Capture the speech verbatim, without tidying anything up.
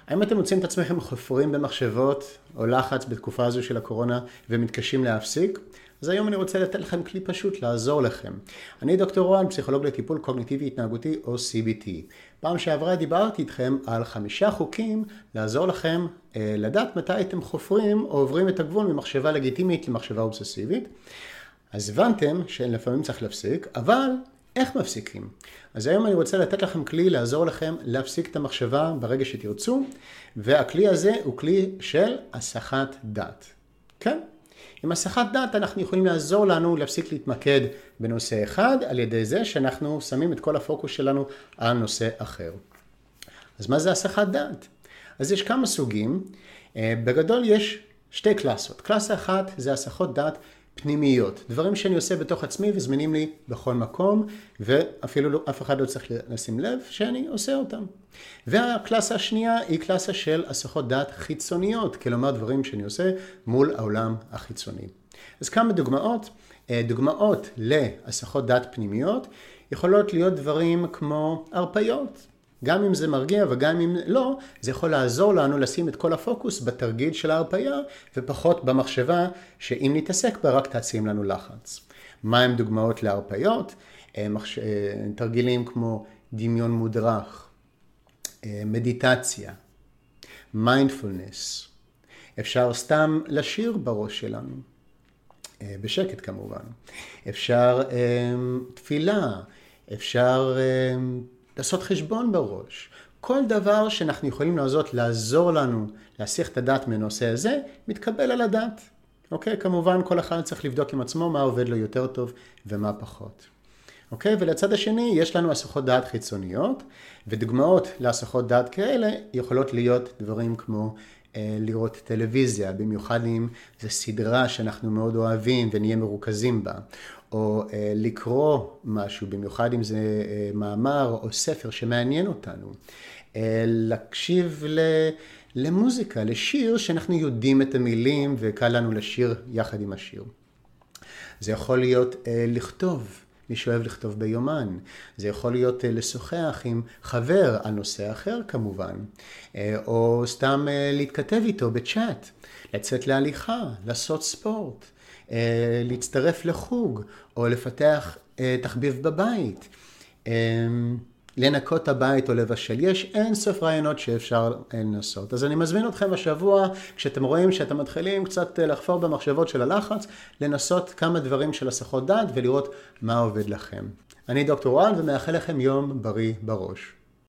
האם אתם מוצאים את עצמכם חופרים במחשבות או לחץ בתקופה הזו של הקורונה ומתקשים להפסיק? אז היום אני רוצה לתת לכם כלי פשוט לעזור לכם. אני דוקטור רוען, פסיכולוג לטיפול קוגניטיבי התנהגותי או סי בי טי. פעם שעברה דיברתי איתכם על חמישה חוקים לעזור לכם אה, לדעת מתי אתם חופרים או עוברים את הגבול ממחשבה לגיטימית למחשבה אובססיבית. אז הבנתם שלפעמים צריך להפסיק, אבל איך מפסיקים? אז היום אני רוצה לתת לכם כלי לעזור לכם להפסיק את המחשבה ברגע שתרצו, והכלי הזה הוא כלי של הסחת דעת. כן? עם הסחת דעת אנחנו יכולים לעזור לנו להפסיק להתמקד בנושא אחד, על ידי זה שאנחנו שמים את כל הפוקוס שלנו על נושא אחר. אז מה זה הסחת דעת? אז יש כמה סוגים. בגדול יש שתי קלאסות. קלאסה אחת זה הסחות דעת פנימיות, דברים שאני עושה בתוך עצמי וזמינים לי בכל מקום, ואפילו לא, אף אחד לא צריך לשים לב שאני עושה אותם. והקלאסה השנייה היא קלאסה של הסחות דעת חיצוניות, כלומר דברים שאני עושה מול העולם החיצוני. אז כמה דוגמאות. דוגמאות להסחות דעת פנימיות יכולות להיות דברים כמו הרפיות. גם אם זה מרגיע וגם אם לא, זה יכול לעזור לנו לשים את כל הפוקוס בתרגיל של ההרפיה, ופחות במחשבה שאם נתעסק בה רק תעצים לנו לחץ. מה הם דוגמאות להרפיות? תרגילים כמו דמיון מודרך, מדיטציה, מיינדפולנס. אפשר סתם לשיר בראש שלנו, בשקט כמובן. אפשר תפילה, אפשר לעשות חשבון בראש. כל דבר שאנחנו יכולים לעשות, לעזור לנו להסיח את הדעת מנושא הזה, מתקבל על הדעת. אוקיי? כמובן, כל אחד צריך לבדוק עם עצמו מה עובד לו יותר טוב ומה פחות. אוקיי? ולצד השני, יש לנו הסחות דעת חיצוניות, ודוגמאות להסחות דעת כאלה יכולות להיות דברים כמו אה, לראות טלוויזיה, במיוחד אם זו סדרה שאנחנו מאוד אוהבים ונהיה מרוכזים בה. או אה, לקרוא משהו, במיוחד אם זה אה, מאמר או ספר שמעניין אותנו. אה, להקשיב ל, למוזיקה, לשיר שאנחנו יודעים את המילים וקל לנו לשיר יחד עם השיר. זה יכול להיות אה, לכתוב, מי שאוהב לכתוב ביומן. זה יכול להיות אה, לשוחח עם חבר על נושא אחר כמובן. אה, או סתם אה, להתכתב איתו בצ'אט, לצאת להליכה, לעשות ספורט. להצטרף לחוג, או לפתח תחביב בבית, לנקות הבית או לבשל. יש אין סוף רעיונות שאפשר לנסות. אז אני מזמין אתכם השבוע, כשאתם רואים שאתם מתחילים קצת לחפור במחשבות של הלחץ, לנסות כמה דברים של הסחות דעת ולראות מה עובד לכם. אני דוקטור רוען ומאחל לכם יום בריא בראש.